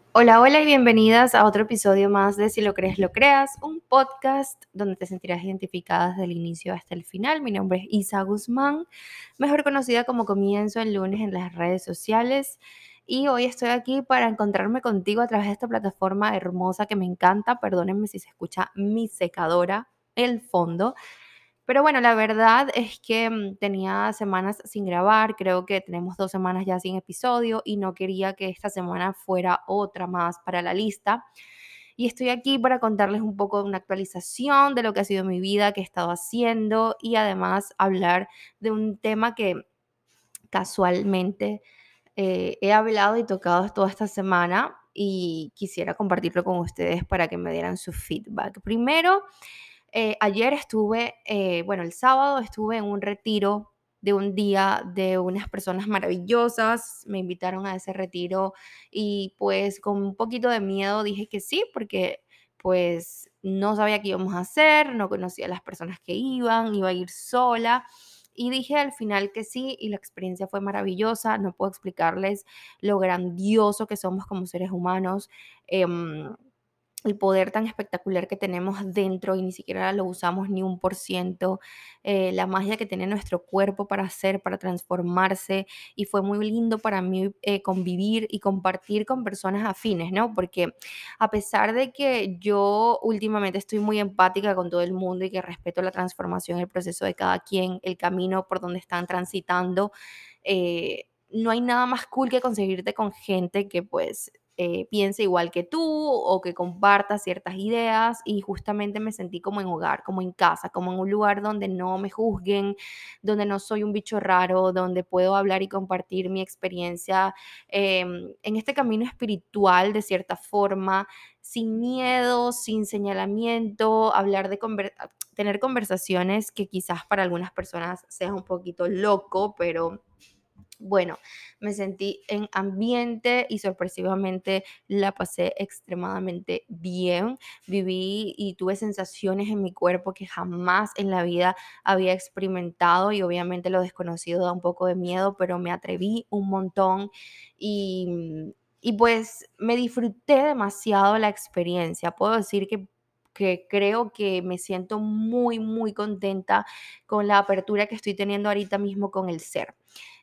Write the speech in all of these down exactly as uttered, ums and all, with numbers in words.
Hola, hola y bienvenidas a otro episodio más de Si lo crees, lo creas, un podcast donde te sentirás identificada desde el inicio hasta el final. Mi nombre es Isa Guzmán, mejor conocida como Comienzo el lunes en las redes sociales. Y hoy estoy aquí para encontrarme contigo a través de esta plataforma hermosa que me encanta. Perdónenme si se escucha mi secadora, el fondo. Pero bueno, la verdad es que mm, tenía semanas sin grabar, creo que tenemos dos semanas ya sin episodio y no quería que esta semana fuera otra más para la lista. Y estoy aquí para contarles un poco de una actualización de lo que ha sido mi vida, que he estado haciendo y además hablar de un tema que casualmente eh, he hablado y tocado toda esta semana y quisiera compartirlo con ustedes para que me dieran su feedback. Primero, eh, ayer estuve, eh, bueno, el sábado estuve en un retiro de un día de unas personas maravillosas, me invitaron a ese retiro y pues con un poquito de miedo dije que sí, porque pues no sabía qué íbamos a hacer, no conocía a las personas que iban, iba a ir sola. Y dije al final que sí y la experiencia fue maravillosa, no puedo explicarles lo grandioso que somos como seres humanos. em, el poder tan espectacular que tenemos dentro y ni siquiera lo usamos ni un por ciento, eh, la magia que tiene nuestro cuerpo para hacer, para transformarse, y fue muy lindo para mí eh, convivir y compartir con personas afines, ¿no? Porque a pesar de que yo últimamente estoy muy empática con todo el mundo y que respeto la transformación, el proceso de cada quien, el camino por donde están transitando, eh, no hay nada más cool que conseguirte con gente que pues eh, piense igual que tú o que comparta ciertas ideas, y justamente me sentí como en hogar, como en casa, como en un lugar donde no me juzguen, donde no soy un bicho raro, donde puedo hablar y compartir mi experiencia em, en este camino espiritual de cierta forma, sin miedo, sin señalamiento, hablar de conver- tener conversaciones que quizás para algunas personas sea un poquito loco, pero bueno, me sentí en ambiente y sorpresivamente la pasé extremadamente bien. Viví y tuve sensaciones en mi cuerpo que jamás en la vida había experimentado, y obviamente lo desconocido da un poco de miedo, pero me atreví un montón y, y pues me disfruté demasiado la experiencia. Puedo decir que que creo que me siento muy, muy contenta con la apertura que estoy teniendo ahorita mismo con el ser.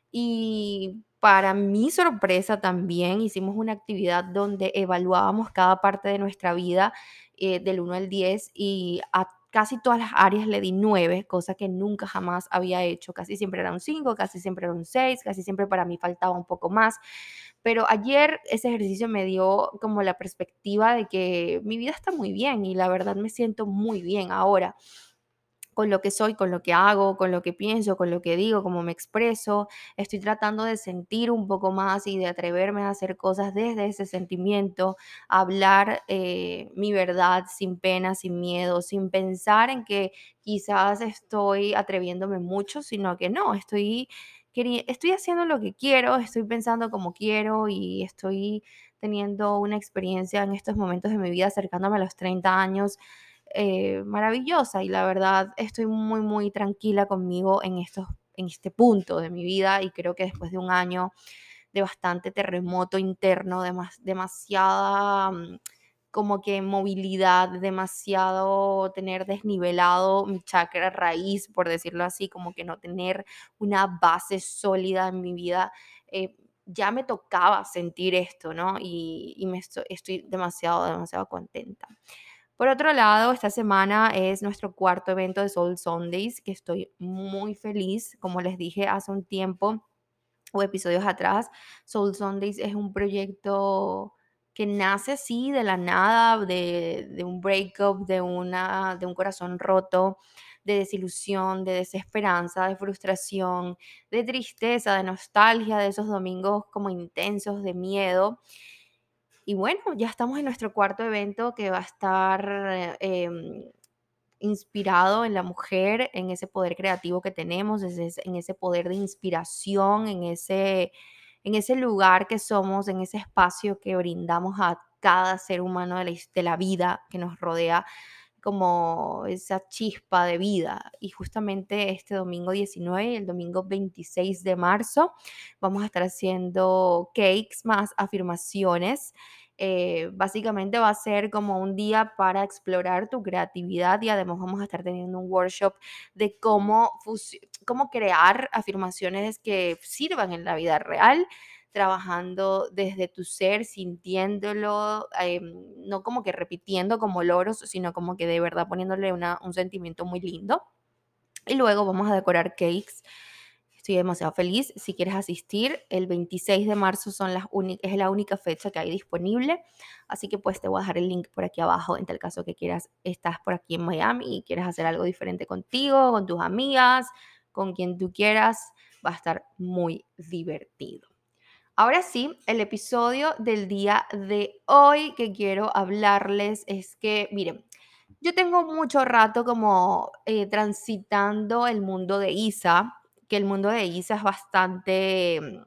Y para mi sorpresa también hicimos una actividad donde evaluábamos cada parte de nuestra vida eh, del uno al diez, y a casi todas las áreas le di nueve, cosa que nunca jamás había hecho. Casi siempre era un cinco, casi siempre era un seis, casi siempre para mí faltaba un poco más. Pero ayer ese ejercicio me dio como la perspectiva de que mi vida está muy bien y la verdad me siento muy bien ahora con lo que soy, con lo que hago, con lo que pienso, con lo que digo, cómo me expreso. Estoy tratando de sentir un poco más y de atreverme a hacer cosas desde ese sentimiento, a hablar eh, mi verdad sin pena, sin miedo, sin pensar en que quizás estoy atreviéndome mucho, sino que no, estoy, queri- estoy haciendo lo que quiero, estoy pensando como quiero y estoy teniendo una experiencia en estos momentos de mi vida acercándome a los treinta años eh, maravillosa, y la verdad estoy muy, muy tranquila conmigo en, estos, en este punto de mi vida, y creo que después de un año de bastante terremoto interno, demas- demasiada mm, como que movilidad, demasiado tener desnivelado mi chakra raíz, por decirlo así, como que no tener una base sólida en mi vida. eh, ya me tocaba sentir esto, ¿no? Y, y me estoy, estoy demasiado, demasiado contenta. Por otro lado, esta semana es nuestro cuarto evento de Soul Sundays, que estoy muy feliz. Como les dije hace un tiempo o episodios atrás, Soul Sundays es un proyecto que nace así de la nada, de, de un breakup, de, una, de un corazón roto, de desilusión, de desesperanza, de frustración, de tristeza, de nostalgia, de esos domingos como intensos, de miedo. Y bueno, ya estamos en nuestro cuarto evento, que va a estar em, inspirado en la mujer, en ese poder creativo que tenemos, ese- en ese poder de inspiración, en ese, en ese lugar que somos, en ese espacio que brindamos a cada ser humano de la, his- de la vida que nos rodea, como esa chispa de vida. Y justamente este domingo diecinueve y el domingo veintiséis de marzo vamos a estar haciendo cakes más afirmaciones. Eh, básicamente va a ser como un día para explorar tu creatividad y además vamos a estar teniendo un workshop de cómo, cómo crear afirmaciones que sirvan en la vida real, trabajando desde tu ser, sintiéndolo, eh, no como que repitiendo como loros, sino como que de verdad poniéndole una, un sentimiento muy lindo. Y luego vamos a decorar cakes. Estoy demasiado feliz. Si quieres asistir, el veintiséis de marzo son las es la única fecha que hay disponible. Así que pues te voy a dejar el link por aquí abajo en tal caso que quieras, estás por aquí en Miami y quieres hacer algo diferente contigo, con tus amigas, con quien tú quieras. Va a estar muy divertido. Ahora sí, el episodio del día de hoy que quiero hablarles es que, miren, yo tengo mucho rato como eh, transitando el mundo de Isa, que el mundo de Isa es bastante mm,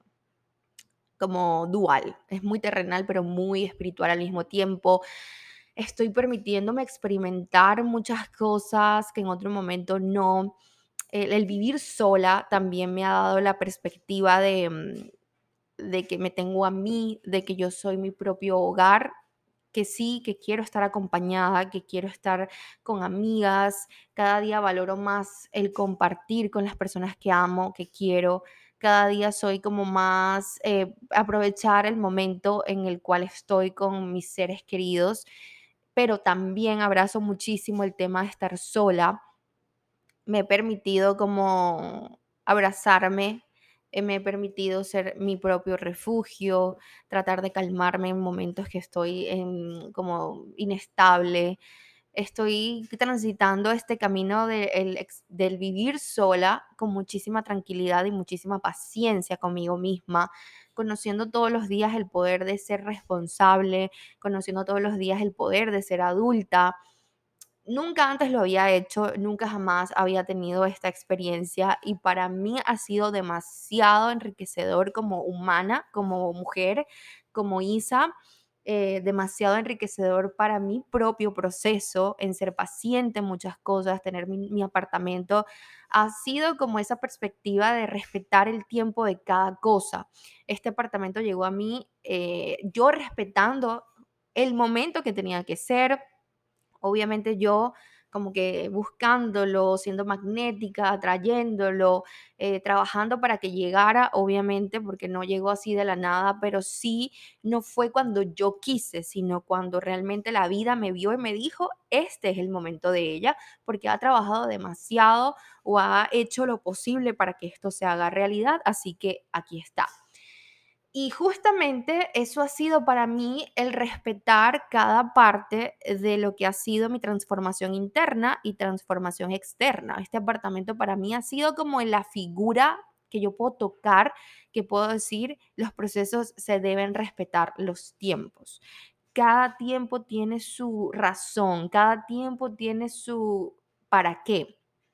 como dual, es muy terrenal pero muy espiritual al mismo tiempo. Estoy permitiéndome experimentar muchas cosas que en otro momento no. El, el vivir sola también me ha dado la perspectiva de, mm, de que me tengo a mí, de que yo soy mi propio hogar, que sí, que quiero estar acompañada, que quiero estar con amigas. Cada día valoro más el compartir con las personas que amo, que quiero. Cada día soy como más eh, aprovechar el momento en el cual estoy con mis seres queridos, pero también abrazo muchísimo el tema de estar sola. Me he permitido como abrazarme, eh, me he permitido ser mi propio refugio, tratar de calmarme en momentos que estoy en, como inestable. Estoy transitando este camino de el ex- del vivir sola con muchísima tranquilidad y muchísima paciencia conmigo misma, conociendo todos los días el poder de ser responsable, conociendo todos los días el poder de ser adulta. Nunca antes lo había hecho, nunca jamás había tenido esta experiencia y para mí ha sido demasiado enriquecedor como humana, como mujer, como Isa, eh, demasiado enriquecedor para mi propio proceso en ser paciente en muchas cosas, tener mi, mi apartamento. Ha sido como esa perspectiva de respetar el tiempo de cada cosa. Este apartamento llegó a mí eh, yo respetando el momento que tenía que ser. Obviamente yo como que buscándolo, siendo magnética, atrayéndolo, eh, trabajando para que llegara, obviamente, porque no llegó así de la nada, pero sí no fue cuando yo quise, sino cuando realmente la vida me vio y me dijo, este es el momento de ella, porque ha trabajado demasiado o ha hecho lo posible para que esto se haga realidad, así que aquí está. Y justamente eso ha sido para mí el respetar cada parte de lo que ha sido mi transformación interna y transformación externa. Este apartamento para mí ha sido como en la figura que yo puedo tocar, que puedo decir, los procesos se deben respetar los tiempos. Cada tiempo tiene su razón, cada tiempo tiene su para qué.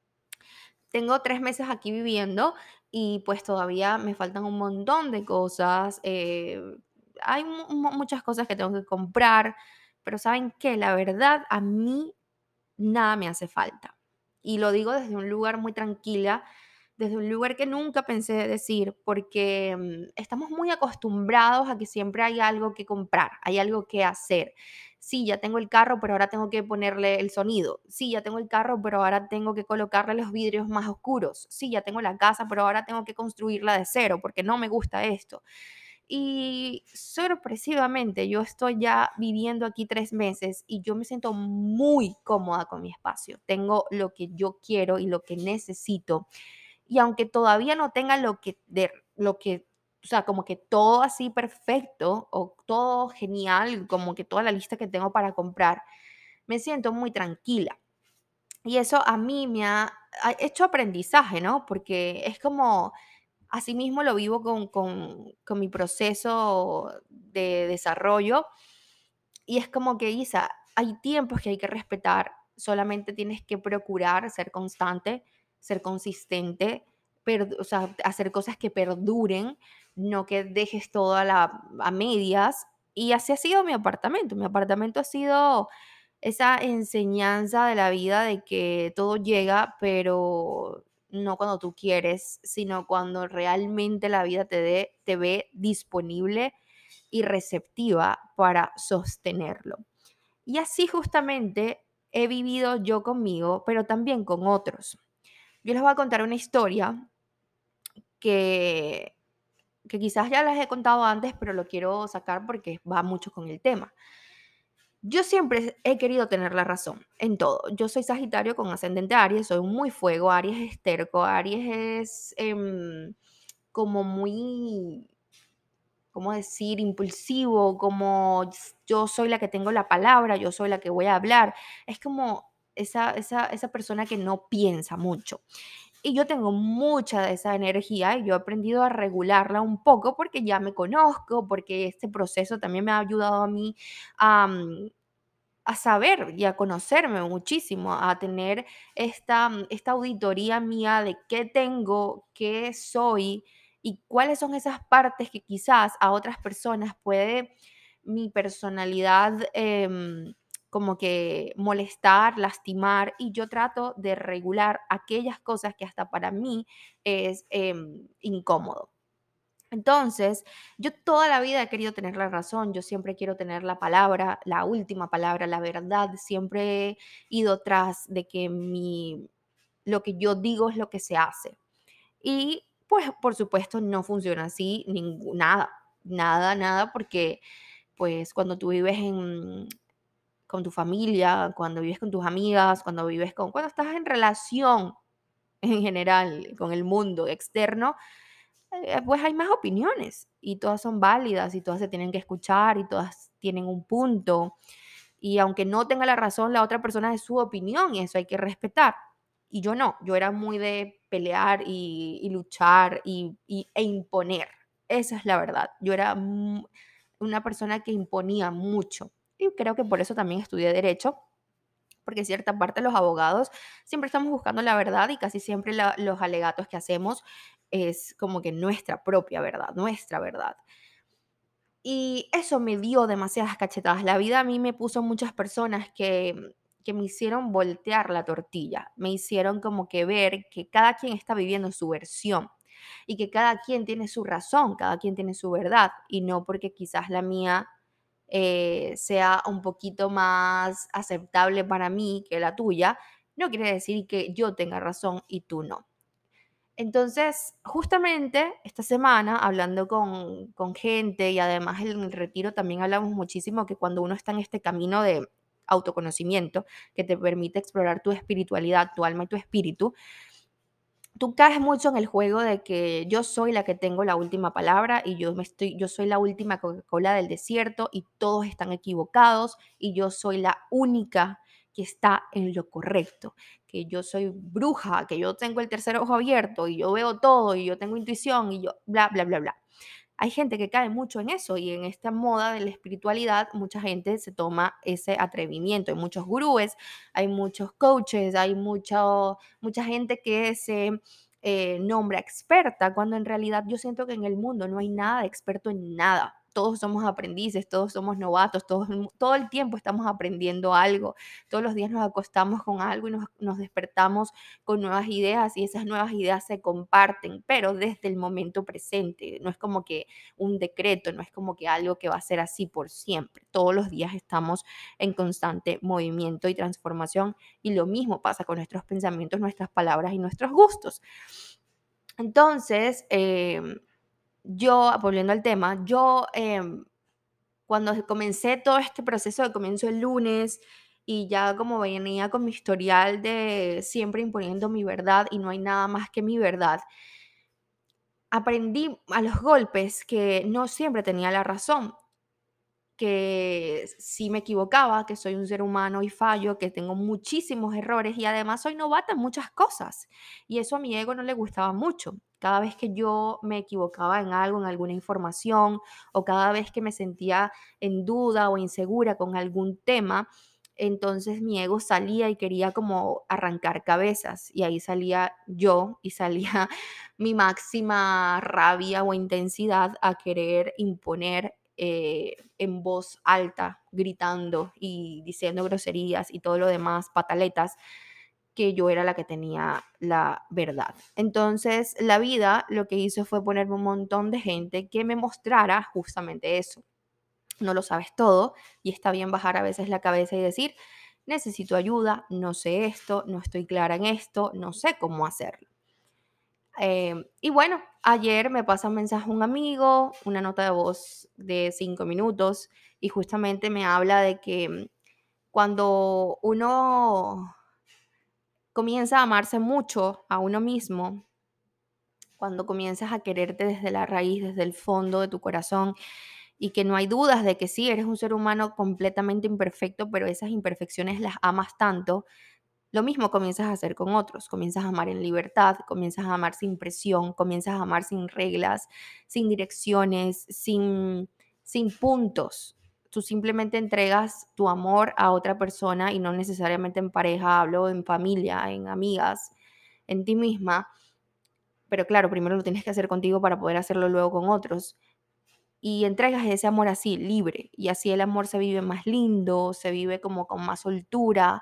Tengo tres meses aquí viviendo y pues todavía me faltan un montón de cosas. Eh, hay mu- mu- muchas cosas que tengo que comprar, pero ¿saben qué? La verdad, a mí nada me hace falta. Y lo digo desde un lugar muy tranquila, desde un lugar que nunca pensé decir, porque mm, estamos muy acostumbrados a que siempre hay algo que comprar, hay algo que hacer. Sí, ya tengo el carro, pero ahora tengo que ponerle el sonido. Sí, ya tengo el carro, pero ahora tengo que colocarle los vidrios más oscuros. Sí, ya tengo la casa, pero ahora tengo que construirla de cero porque no me gusta esto. Y sorpresivamente, yo estoy ya viviendo aquí tres meses y yo me siento muy cómoda con mi espacio. Tengo lo que yo quiero y lo que necesito. Y aunque todavía no tenga lo que, de, lo que, o sea, como que todo así perfecto o todo genial, como que toda la lista que tengo para comprar, me siento muy tranquila. Y eso a mí me ha, ha hecho aprendizaje, ¿no? Porque es como asimismo lo vivo con, con, con mi proceso de desarrollo y es como que, Isa, hay tiempos que hay que respetar, solamente tienes que procurar ser constante, ser consistente, per- o sea, hacer cosas que perduren, no que dejes todo a, la, a medias. Y así ha sido mi apartamento. Mi apartamento ha sido esa enseñanza de la vida de que todo llega, pero no cuando tú quieres, sino cuando realmente la vida te, dé, te ve disponible y receptiva para sostenerlo. Y así justamente he vivido yo conmigo, pero también con otros. Yo les voy a contar una historia que, que quizás ya les he contado antes, pero lo quiero sacar porque va mucho con el tema. Yo siempre he querido tener la razón en todo. Yo soy Sagitario con ascendente Aries, soy muy fuego, Aries es terco, Aries es em, como muy, ¿cómo decir?, impulsivo, como yo soy la que tengo la palabra, yo soy la que voy a hablar. Es como esa, esa, esa persona que no piensa mucho. Y yo tengo mucha de esa energía y yo he aprendido a regularla un poco porque ya me conozco, porque este proceso también me ha ayudado a mí a, mm, a saber y a conocerme muchísimo, a tener esta, mm, esta auditoría mía de qué tengo, qué soy y cuáles son esas partes que quizás a otras personas puede mi personalidad em, como que molestar, lastimar, y yo trato de regular aquellas cosas que hasta para mí es em, incómodo. Entonces, yo toda la vida he querido tener la razón, yo siempre quiero tener la palabra, la última palabra, la verdad, siempre he ido tras de que mi, lo que yo digo es lo que se hace. Y pues, por supuesto, no funciona así, ningú- nada, nada, nada, porque pues cuando tú vives en, con tu familia, cuando vives con tus amigas, cuando vives con, cuando estás en relación en general con el mundo externo, eh, pues hay más opiniones y todas son válidas y todas se tienen que escuchar y todas tienen un punto. Y aunque no tenga la razón, la otra persona es su opinión y eso hay que respetar. Y yo no, yo era muy de pelear y, y luchar y, y- e imponer. Esa es la verdad. Yo era mu- una persona que imponía mucho. Y creo que por eso también estudié derecho, porque cierta parte de los abogados siempre estamos buscando la verdad y casi siempre la- los alegatos que hacemos es como que nuestra propia verdad, nuestra verdad. Y eso me dio demasiadas cachetadas. La vida a mí me puso muchas personas que, que me hicieron voltear la tortilla, me hicieron como que ver que cada quien está viviendo su versión y que cada quien tiene su razón, cada quien tiene su verdad y no porque quizás la mía eh, sea un poquito más aceptable para mí que la tuya, no quiere decir que yo tenga razón y tú no. Entonces, justamente esta semana, hablando con, con gente y además en el retiro también hablamos muchísimo que cuando uno está en este camino de autoconocimiento que te permite explorar tu espiritualidad, tu alma y tu espíritu, tú caes mucho en el juego de que yo soy la que tengo la última palabra y yo, me estoy, yo soy la última Coca-Cola del desierto y todos están equivocados y yo soy la única que está en lo correcto, que yo soy bruja, que yo tengo el tercer ojo abierto y yo veo todo y yo tengo intuición y yo bla, bla, bla, bla. Hay gente que cae mucho en eso y en esta moda de la espiritualidad, mucha gente se toma ese atrevimiento. Hay muchos gurúes, hay muchos coaches, hay mucho, mucha gente que se eh, nombra experta, cuando en realidad yo siento que en el mundo no hay nada de experto en nada. Todos somos aprendices, todos somos novatos, todos, todo el tiempo estamos aprendiendo algo. Todos los días nos acostamos con algo y nos, nos despertamos con nuevas ideas y esas nuevas ideas se comparten, pero desde el momento presente. No es como que un decreto, no es como que algo que va a ser así por siempre. Todos los días estamos en constante movimiento y transformación y lo mismo pasa con nuestros pensamientos, nuestras palabras y nuestros gustos. Entonces, eh, yo, volviendo al tema, yo eh, cuando comencé todo este proceso de comienzo el lunes y ya como venía con mi historial de siempre imponiendo mi verdad y no hay nada más que mi verdad, aprendí a los golpes que no siempre tenía la razón, que sí me equivocaba, que soy un ser humano y fallo, que tengo muchísimos errores y además soy novata en muchas cosas. Y eso a mi ego no le gustaba mucho. Cada vez que yo me equivocaba en algo, en alguna información, o cada vez que me sentía en duda o insegura con algún tema, entonces mi ego salía y quería como arrancar cabezas y ahí salía yo y salía mi máxima rabia o intensidad a querer imponer eh, en voz alta, gritando y diciendo groserías y todo lo demás, pataletas, que yo era la que tenía la verdad. Entonces, la vida lo que hizo fue ponerme un montón de gente que me mostrara justamente eso. no lo sabes todo y está bien bajar a veces la cabeza y decir, necesito ayuda, no sé esto, no estoy clara en esto, no sé cómo hacerlo. Eh, y bueno, ayer me pasa un mensaje un amigo, una nota de voz de cinco minutos y justamente me habla de que mm, cuando uno comienza a amarse mucho a uno mismo, cuando comienzas a quererte desde la raíz, desde el fondo de tu corazón, y que no hay dudas de que sí, eres un ser humano completamente imperfecto, pero esas imperfecciones las amas tanto, lo mismo comienzas a hacer con otros, comienzas a amar en libertad, comienzas a amar sin presión, comienzas a amar sin reglas, sin direcciones, sin, sin puntos. Tú simplemente entregas tu amor a otra persona y no necesariamente en pareja, hablo en familia, en amigas, en ti misma. Pero claro, primero lo tienes que hacer contigo para poder hacerlo luego con otros. Y entregas ese amor así, libre. Y así el amor se vive más lindo, se vive como con más soltura.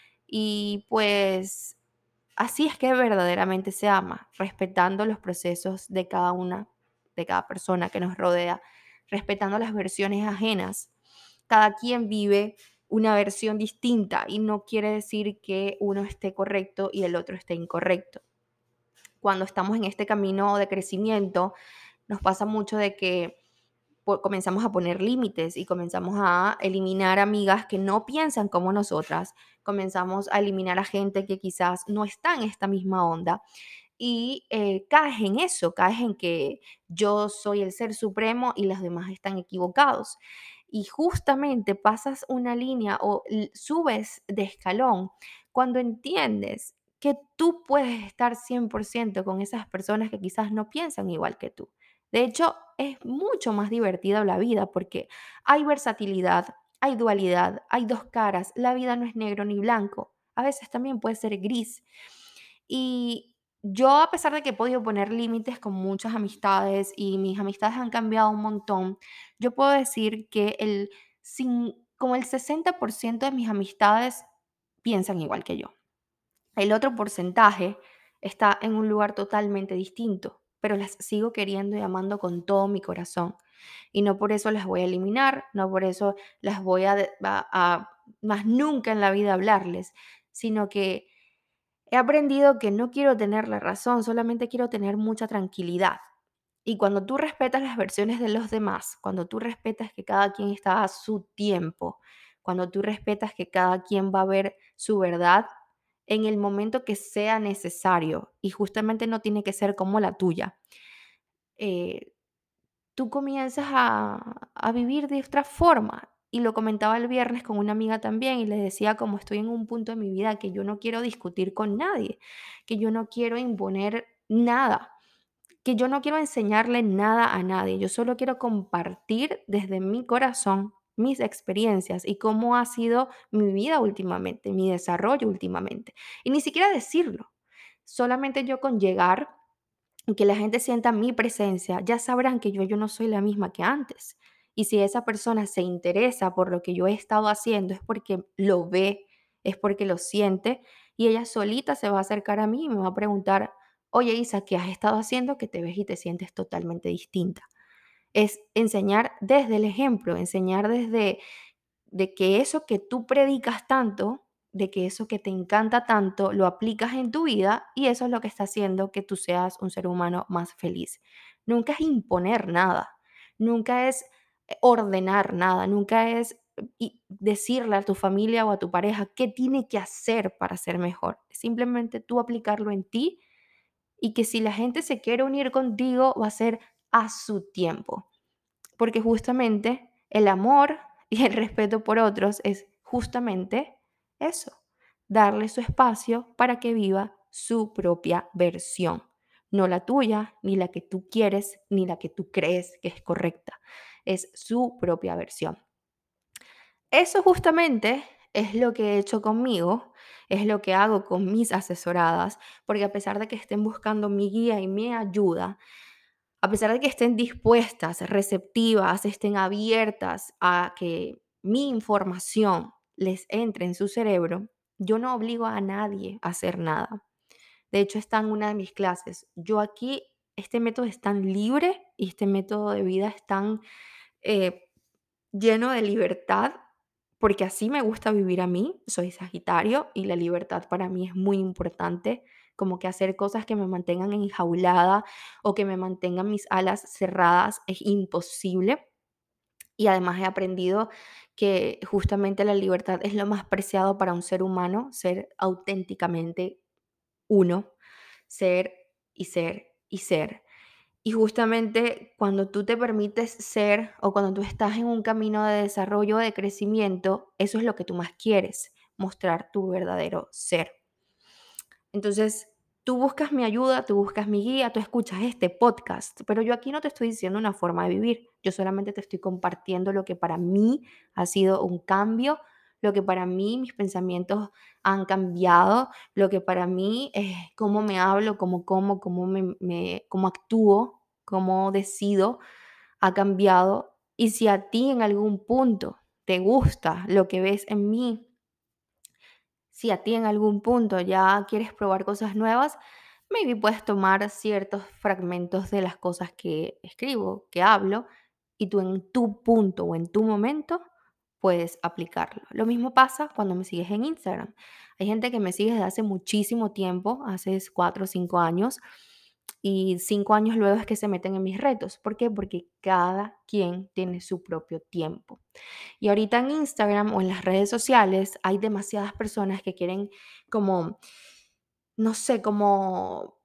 Y pues así es que verdaderamente se ama, respetando los procesos de cada una, de cada persona que nos rodea, respetando las versiones ajenas. Cada quien vive una versión distinta y no quiere decir que uno esté correcto y el otro esté incorrecto. Cuando estamos en este camino de crecimiento, nos pasa mucho de que po- comenzamos a poner límites y comenzamos a eliminar amigas que no piensan como nosotras, comenzamos a eliminar a gente que quizás no está en esta misma onda y eh, caes en eso, caes en que yo soy el ser supremo y los demás están equivocados. Y justamente pasas una línea o l- subes de escalón cuando entiendes que tú puedes estar cien por ciento con esas personas que quizás no piensan igual que tú. De hecho, es mucho más divertida la vida porque hay versatilidad, hay dualidad, hay dos caras. La vida no es negro ni blanco. A veces también puede ser gris. Y yo, a pesar de que he podido poner límites con muchas amistades y mis amistades han cambiado un montón, yo puedo decir que el, sin, como el sesenta por ciento de mis amistades piensan igual que yo. El otro porcentaje está en un lugar totalmente distinto, pero las sigo queriendo y amando con todo mi corazón. Y no por eso las voy a eliminar, no por eso las voy a, de- a- a más nunca en la vida hablarles, sino que he aprendido que no quiero tener la razón, solamente quiero tener mucha tranquilidad. Y cuando tú respetas las versiones de los demás, cuando tú respetas que cada quien está a su tiempo, cuando tú respetas que cada quien va a ver su verdad en el momento que sea necesario y justamente no tiene que ser como la tuya, eh, tú comienzas a, a vivir de otra forma. Y lo comentaba el viernes con una amiga también y le decía como estoy en un punto de mi vida que yo no quiero discutir con nadie, que yo no quiero imponer nada, que yo no quiero enseñarle nada a nadie, yo solo quiero compartir desde mi corazón mis experiencias y cómo ha sido mi vida últimamente, mi desarrollo últimamente. Y ni siquiera decirlo, solamente yo con llegar y que la gente sienta mi presencia, ya sabrán que yo, yo no soy la misma que antes. Y si esa persona se interesa por lo que yo he estado haciendo, es porque lo ve, es porque lo siente, y ella solita se va a acercar a mí y me va a preguntar, oye Isa, ¿qué has estado haciendo que te ves y te sientes totalmente distinta? Es enseñar desde el ejemplo, enseñar desde de que eso que tú predicas tanto, de que eso que te encanta tanto, lo aplicas en tu vida y eso es lo que está haciendo que tú seas un ser humano más feliz. Nunca es imponer nada, nunca es eh, ordenar nada, nunca es eh, y decirle a tu familia o a tu pareja qué tiene que hacer para ser mejor. Es simplemente tú aplicarlo en ti y que si la gente se quiere unir contigo va a ser a su tiempo. Porque justamente el amor y el respeto por otros es justamente eso, darle su espacio para que viva su propia versión, no la tuya, ni la que tú quieres, ni la que tú crees que es correcta, es su propia versión. Eso justamente es lo que he hecho conmigo, es lo que hago con mis asesoradas, porque a pesar de que estén buscando mi guía y mi ayuda, a pesar de que estén dispuestas, receptivas, estén abiertas a que mi información les entre en su cerebro, yo no obligo a nadie a hacer nada. De hecho, está en una de mis clases. Yo aquí, este método es tan libre y este método de vida es tan eh, lleno de libertad, porque así me gusta vivir a mí. Soy Sagitario y la libertad para mí es muy importante, como que hacer cosas que me mantengan enjaulada o que me mantengan mis alas cerradas es imposible. Y además he aprendido que justamente la libertad es lo más preciado para un ser humano, ser auténticamente uno, ser y ser y ser. Y justamente cuando tú te permites ser o cuando tú estás en un camino de desarrollo, de crecimiento, eso es lo que tú más quieres, mostrar tu verdadero ser. Entonces, tú buscas mi ayuda, tú buscas mi guía, tú escuchas este podcast, pero yo aquí no te estoy diciendo una forma de vivir, yo solamente te estoy compartiendo lo que para mí ha sido un cambio, lo que para mí mis pensamientos han cambiado, lo que para mí es cómo me hablo, cómo como, cómo me, me- cómo actúo, cómo decido, ha cambiado. Y si a ti en algún punto te gusta lo que ves en mí, si a ti en algún punto ya quieres probar cosas nuevas, maybe puedes tomar ciertos fragmentos de las cosas que escribo, que hablo, y tú en tu punto o en tu momento puedes aplicarlo. Lo mismo pasa cuando me sigues en Instagram. Hay gente que me sigue desde hace muchísimo tiempo, hace cuatro o cinco años, y cinco años luego es que se meten en mis retos. ¿Por qué? Porque cada quien tiene su propio tiempo. Y ahorita en Instagram o en las redes sociales hay demasiadas personas que quieren como, no sé, como,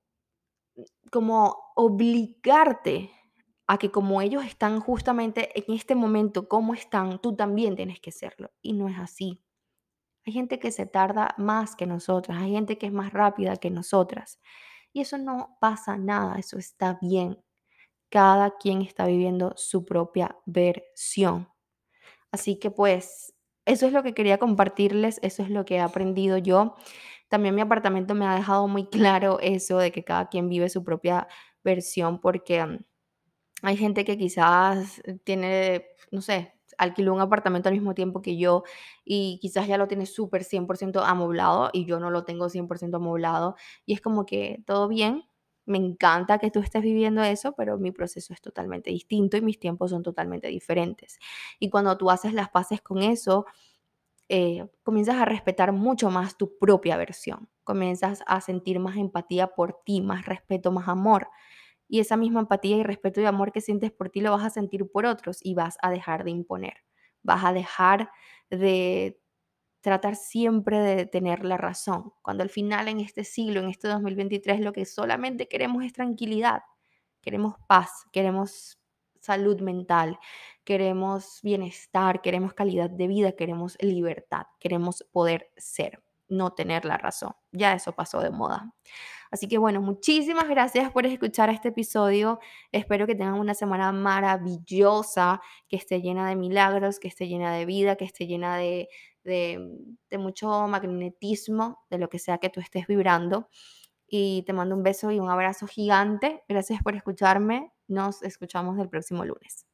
como obligarte a que como ellos están justamente en este momento, como están, tú también tienes que serlo. Y no es así. Hay gente que se tarda más que nosotras, hay gente que es más rápida que nosotras. Y eso no pasa nada, eso está bien. Cada quien está viviendo su propia versión. Así que pues eso es lo que quería compartirles, eso es lo que he aprendido yo. También mi apartamento me ha dejado muy claro eso de que cada quien vive su propia versión porque mm, hay gente que quizás tiene, no sé, alquiló un apartamento al mismo tiempo que yo y quizás ya lo tiene súper cien por ciento amoblado y yo no lo tengo cien por ciento amoblado. Y es como que todo bien, me encanta que tú estés viviendo eso, pero mi proceso es totalmente distinto y mis tiempos son totalmente diferentes. Y cuando tú haces las paces con eso, eh, comienzas a respetar mucho más tu propia versión, comienzas a sentir más empatía por ti, más respeto, más amor. Y esa misma empatía y respeto y amor que sientes por ti lo vas a sentir por otros y vas a dejar de imponer. Vas a dejar de tratar siempre de tener la razón, cuando al final en este siglo, en este dos mil veintitrés, lo que solamente queremos es tranquilidad, queremos paz, queremos salud mental, queremos bienestar, queremos calidad de vida, queremos libertad, queremos poder ser, no tener la razón. Ya eso pasó de moda. Así que bueno, muchísimas gracias por escuchar este episodio. Espero que tengan una semana maravillosa, que esté llena de milagros, que esté llena de vida, que esté llena de, de, de mucho magnetismo, de lo que sea que tú estés vibrando. Y te mando un beso y un abrazo gigante. Gracias por escucharme. Nos escuchamos el próximo lunes.